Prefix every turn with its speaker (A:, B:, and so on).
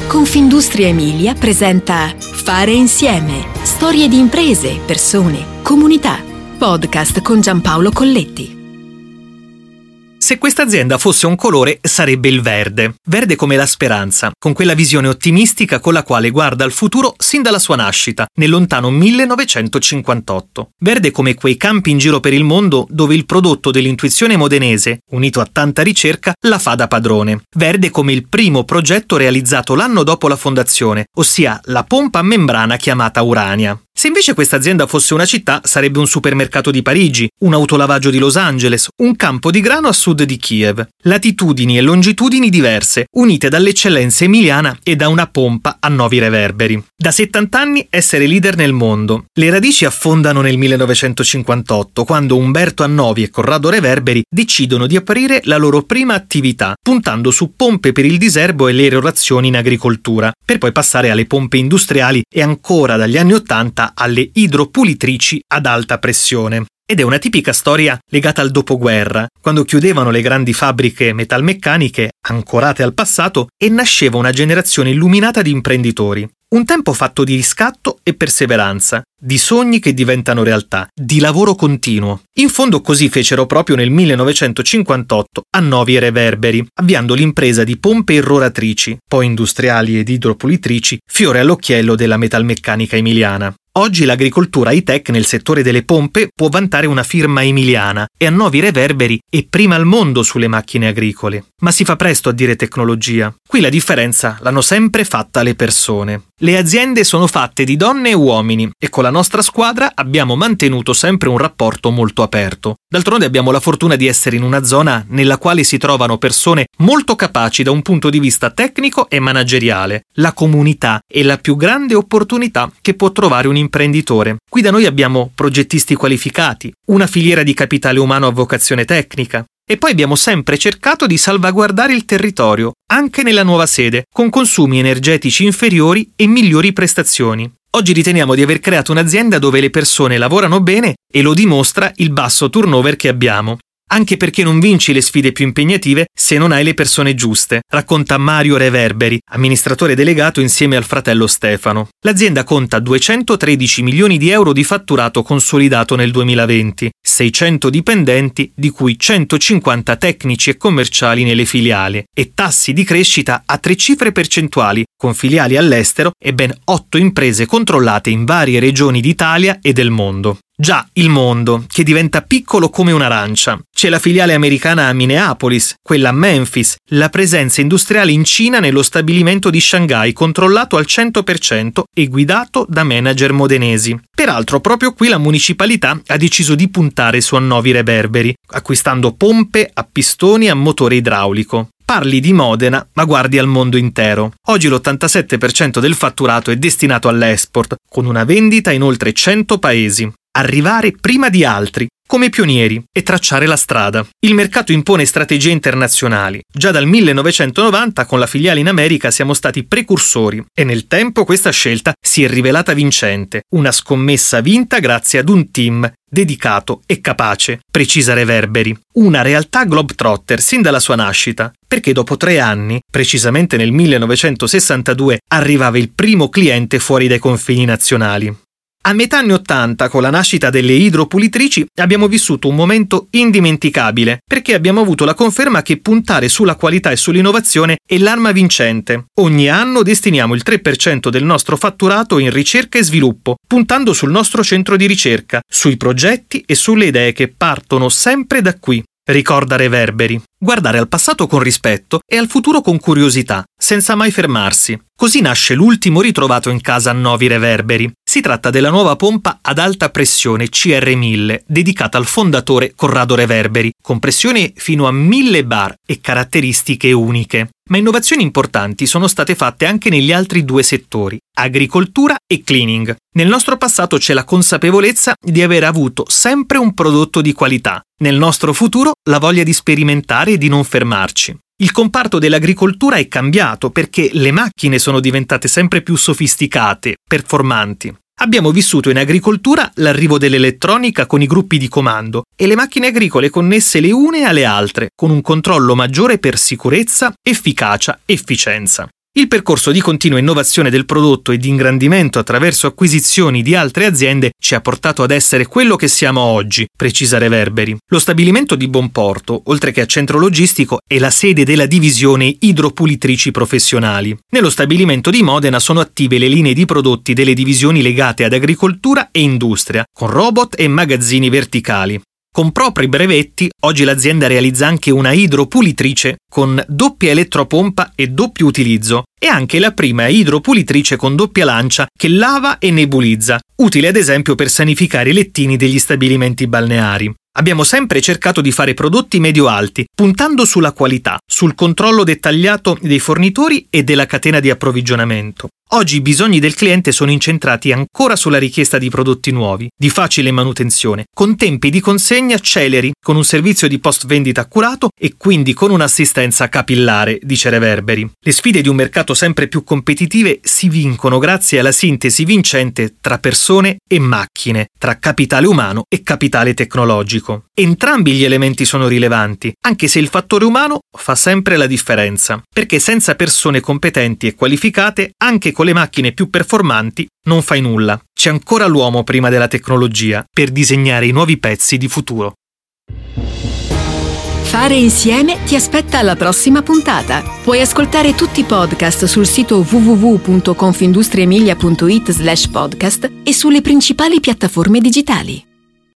A: Confindustria Emilia presenta Fare insieme. Storie di imprese, persone, comunità. Podcast con Giampaolo Colletti.
B: Se questa azienda fosse un colore, sarebbe il verde. Verde come la speranza, con quella visione ottimistica con la quale guarda al futuro sin dalla sua nascita, nel lontano 1958. Verde come quei campi in giro per il mondo dove il prodotto dell'intuizione modenese, unito a tanta ricerca, la fa da padrone. Verde come il primo progetto realizzato l'anno dopo la fondazione, ossia la pompa a membrana chiamata Urania. Se invece questa azienda fosse una città, sarebbe un supermercato di Parigi, un autolavaggio di Los Angeles, un campo di grano a sud di Kiev. Latitudini e longitudini diverse, unite dall'eccellenza emiliana e da una pompa a 9 reverberi. Da 70 anni essere leader nel mondo. Le radici affondano nel 1958, quando Umberto Annovi e Corrado Reverberi decidono di aprire la loro prima attività, puntando su pompe per il diserbo e le irrorazioni in agricoltura, per poi passare alle pompe industriali e ancora dagli anni 80 alle idropulitrici ad alta pressione. Ed è una tipica storia legata al dopoguerra, quando chiudevano le grandi fabbriche metalmeccaniche ancorate al passato e nasceva una generazione illuminata di imprenditori. Un tempo fatto di riscatto e perseveranza, di sogni che diventano realtà, di lavoro continuo. In fondo così fecero proprio nel 1958 Annovi e Reverberi, avviando l'impresa di pompe irroratrici, poi industriali ed idropulitrici, fiore all'occhiello della metalmeccanica emiliana. Oggi l'agricoltura high-tech nel settore delle pompe può vantare una firma emiliana e Annovi Reverberi è prima al mondo sulle macchine agricole. Ma si fa presto a dire tecnologia. Qui la differenza l'hanno sempre fatta le persone. Le aziende sono fatte di donne e uomini e con la nostra squadra abbiamo mantenuto sempre un rapporto molto aperto. D'altronde abbiamo la fortuna di essere in una zona nella quale si trovano persone molto capaci da un punto di vista tecnico e manageriale. La comunità è la più grande opportunità che può trovare un imprenditore. Qui da noi abbiamo progettisti qualificati, una filiera di capitale umano a vocazione tecnica. E poi abbiamo sempre cercato di salvaguardare il territorio, anche nella nuova sede, con consumi energetici inferiori e migliori prestazioni. Oggi riteniamo di aver creato un'azienda dove le persone lavorano bene e lo dimostra il basso turnover che abbiamo. Anche perché non vinci le sfide più impegnative se non hai le persone giuste, racconta Mario Reverberi, amministratore delegato insieme al fratello Stefano. L'azienda conta 213 milioni di euro di fatturato consolidato nel 2020, 600 dipendenti, di cui 150 tecnici e commerciali nelle filiali, e tassi di crescita a 3 cifre percentuali, con filiali all'estero e ben 8 imprese controllate in varie regioni d'Italia e del mondo. Già, il mondo, che diventa piccolo come un'arancia. C'è la filiale americana a Minneapolis, quella a Memphis, la presenza industriale in Cina nello stabilimento di Shanghai controllato al 100% e guidato da manager modenesi. Peraltro, proprio qui la municipalità ha deciso di puntare su Annovi Reverberi, acquistando pompe a pistoni a motore idraulico. Parli di Modena, ma guardi al mondo intero. Oggi l'87% del fatturato è destinato all'export, con una vendita in oltre 100 paesi. Arrivare prima di altri, come pionieri, e tracciare la strada. Il mercato impone strategie internazionali. Già dal 1990 con la filiale in America siamo stati precursori e nel tempo questa scelta si è rivelata vincente. Una scommessa vinta grazie ad un team dedicato e capace, precisa Reverberi. Una realtà globetrotter sin dalla sua nascita, perché dopo 3 anni, precisamente nel 1962, arrivava il primo cliente fuori dai confini nazionali. A metà anni 80, con la nascita delle idropulitrici, abbiamo vissuto un momento indimenticabile, perché abbiamo avuto la conferma che puntare sulla qualità e sull'innovazione è l'arma vincente. Ogni anno destiniamo il 3% del nostro fatturato in ricerca e sviluppo, puntando sul nostro centro di ricerca, sui progetti e sulle idee che partono sempre da qui. Ricorda Reverberi. Guardare al passato con rispetto e al futuro con curiosità, senza mai fermarsi. Così nasce l'ultimo ritrovato in casa Annovi Reverberi. Si tratta della nuova pompa ad alta pressione CR1000, dedicata al fondatore Corrado Reverberi, con pressione fino a 1000 bar e caratteristiche uniche. Ma innovazioni importanti sono state fatte anche negli altri 2 settori, agricoltura e cleaning. Nel nostro passato c'è la consapevolezza di aver avuto sempre un prodotto di qualità. Nel nostro futuro la voglia di sperimentare e di non fermarci. Il comparto dell'agricoltura è cambiato perché le macchine sono diventate sempre più sofisticate, performanti. Abbiamo vissuto in agricoltura l'arrivo dell'elettronica con i gruppi di comando e le macchine agricole connesse le une alle altre, con un controllo maggiore per sicurezza, efficacia, efficienza. Il percorso di continua innovazione del prodotto e di ingrandimento attraverso acquisizioni di altre aziende ci ha portato ad essere quello che siamo oggi, precisa Reverberi. Lo stabilimento di Bonporto, oltre che a centro logistico, è la sede della divisione idropulitrici professionali. Nello stabilimento di Modena sono attive le linee di prodotti delle divisioni legate ad agricoltura e industria, con robot e magazzini verticali. Con propri brevetti, oggi l'azienda realizza anche una idropulitrice con doppia elettropompa e doppio utilizzo e anche la prima idropulitrice con doppia lancia che lava e nebulizza, utile ad esempio per sanificare i lettini degli stabilimenti balneari. Abbiamo sempre cercato di fare prodotti medio-alti, puntando sulla qualità, sul controllo dettagliato dei fornitori e della catena di approvvigionamento. Oggi i bisogni del cliente sono incentrati ancora sulla richiesta di prodotti nuovi, di facile manutenzione, con tempi di consegna celeri, con un servizio di post-vendita accurato e quindi con un'assistenza capillare, dice Reverberi. Le sfide di un mercato sempre più competitive si vincono grazie alla sintesi vincente tra persone e macchine, tra capitale umano e capitale tecnologico. Entrambi gli elementi sono rilevanti, anche se il fattore umano fa sempre la differenza, perché senza persone competenti e qualificate, anche con le macchine più performanti, non fai nulla. C'è ancora l'uomo prima della tecnologia per disegnare i nuovi pezzi di futuro.
A: Fare insieme ti aspetta alla prossima puntata. Puoi ascoltare tutti i podcast sul sito www.confindustriemilia.it/podcast e sulle principali piattaforme digitali.